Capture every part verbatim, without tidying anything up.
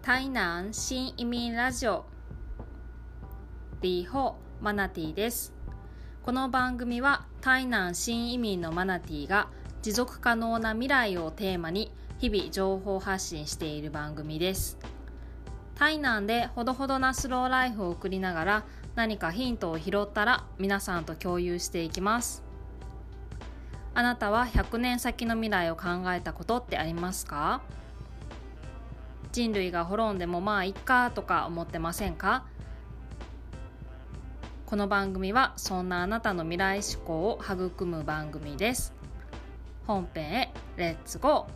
台南新移民ラジオリホマナティです。この番組は台南新移民のマナティが持続可能な未来をテーマに日々情報発信している番組です。台南でほどほどなスローライフを送りながら何かヒントを拾ったら皆さんと共有していきます。あなたはひゃくねん先の未来を考えたことってありますか？人類が滅んでもまあいっかとか思ってませんか？この番組はそんなあなたの未来志向を育む番組です。本編へレッツゴー。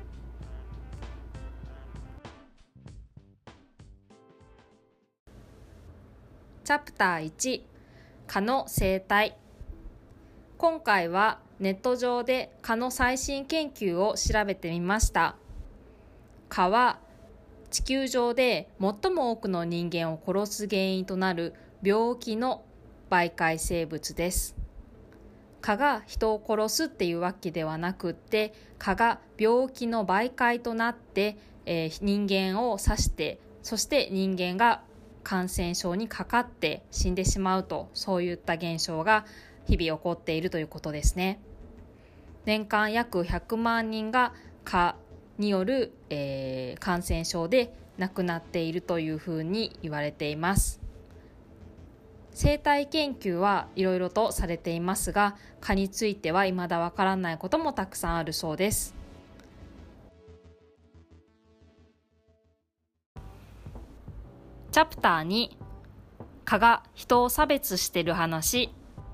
チャプターいち、蚊の生態。今回はネット上で蚊の最新研究を調べてみました。蚊は地球上で最も多くの人間を殺す原因となる病気の媒介生物です。蚊が人を殺すっていうわけではなくって、蚊が病気の媒介となって、えー、人間を刺して、そして人間が感染症にかかって死んでしまうと、そういった現象が日々起こっているということですね。年間約ひゃくまんにんが蚊による、えー、感染症で亡くなっているというふうに言われています。生態研究はいろいろとされていますが、蚊については未だわからないこともたくさんあるそうです。チャプターに、蚊が人を差別している話。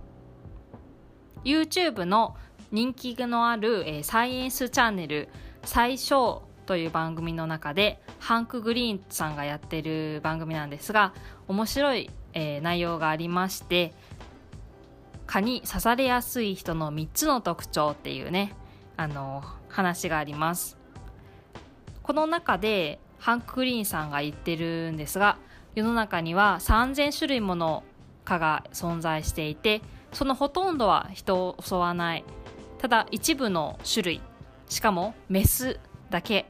YouTube の人気のある、えー、サイエンスチャンネル最小という番組の中でハンク・グリーンさんがやっている番組なんですが、面白い、えー、内容がありまして、蚊に刺されやすい人のみっつの特徴っていうね、あの話があります。この中でハンク・グリーンさんが言ってるんですが、世の中にはさんぜんしゅるいもの蚊が存在していて、そのほとんどは人を襲わない。ただ一部の種類、しかもメスだけ、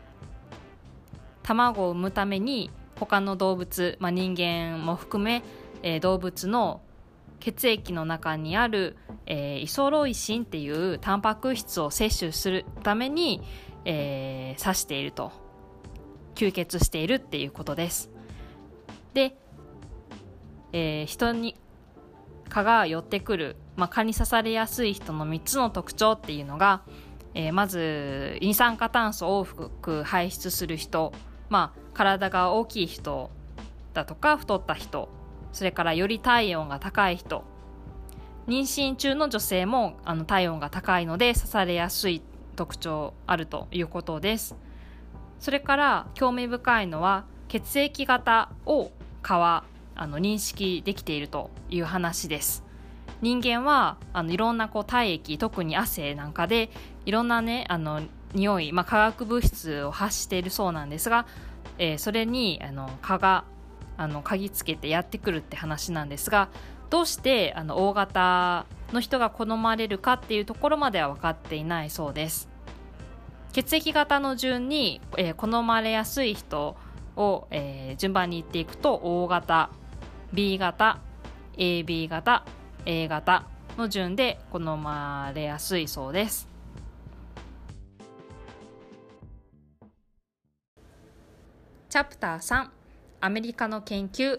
卵を産むために他の動物、まあ、人間も含め、えー、動物の血液の中にある、えー、イソロイシンっていうタンパク質を摂取するために、えー、刺していると、吸血しているっていうことです。で、えー、人に蚊が寄ってくる、まあ、蚊に刺されやすい人のみっつの特徴っていうのが、えー、まず二酸化炭素を多く排出する人、まあ、体が大きい人だとか太った人、それからより体温が高い人、妊娠中の女性もあの体温が高いので刺されやすい特徴あるということです。それから興味深いのは血液型を蚊はあの認識できているという話です。人間はあのいろんなこう体液、特に汗なんかでいろんなね、あの匂い、まあ、化学物質を発しているそうなんですが、えー、それにあの蚊があの嗅ぎつけてやってくるって話なんですが、どうしてあの大型の人が好まれるかっていうところまでは分かっていないそうです。血液型の順に、えー、好まれやすい人を、えー、順番に言っていくと O 型、B 型、エービー 型、A 型の順で好まれやすいそうです。チャプターさん、アメリカの研究。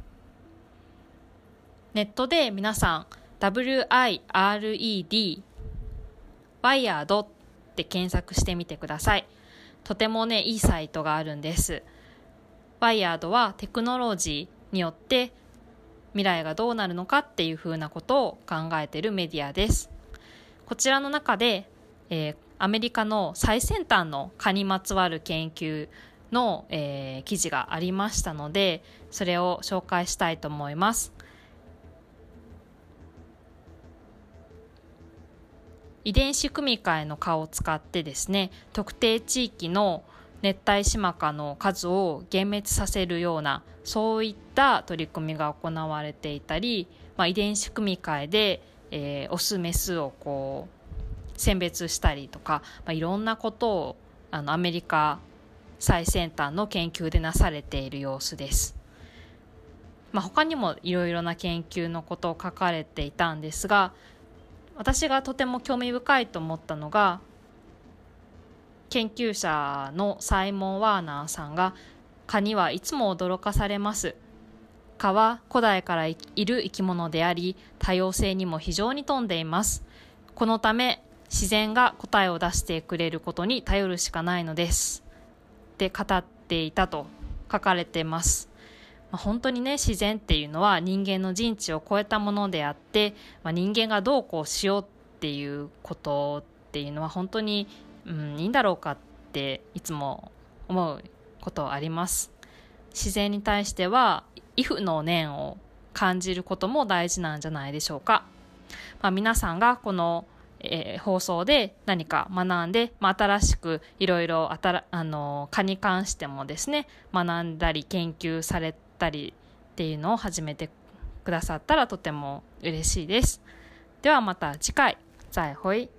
ネットで皆さん ダブリューアイアールイーディー ワイヤードって検索してみてください。とてもね、いいサイトがあるんです。ワイヤードはテクノロジーによって未来がどうなるのかっていうふうなことを考えているメディアです。こちらの中で、えー、アメリカの最先端の蚊にまつわる研究の、えー、記事がありましたので、それを紹介したいと思います。遺伝子組み換えの蚊を使ってですね、特定地域の熱帯シマカの数を幻滅させるような、そういった取り組みが行われていたり、まあ、遺伝子組み換えで、えー、オスメスをこう選別したりとか、まあ、いろんなことをあのアメリカ最先端の研究でなされている様子です。まあ、他にもいろいろな研究のことを書かれていたんですが、私がとても興味深いと思ったのが、研究者のサイモン・ワーナーさんが、蚊にはいつも驚かされます。蚊は古代からいる生き物であり、多様性にも非常に富んでいます。このため自然が答えを出してくれることに頼るしかないのですって語っていたと書かれています。まあ、本当にね、自然っていうのは人間の人知を超えたものであって、まあ、人間がどうこうしようっていうことっていうのは本当に、うん、いいんだろうかっていつも思うことあります。自然に対しては畏怖の念を感じることも大事なんじゃないでしょうか。まあ、皆さんがこの、えー、放送で何か学んで、まあ、新しくいろいろあの蚊に関してもですね、学んだり研究されたりっていうのを始めてくださったらとても嬉しいです。ではまた次回。再会。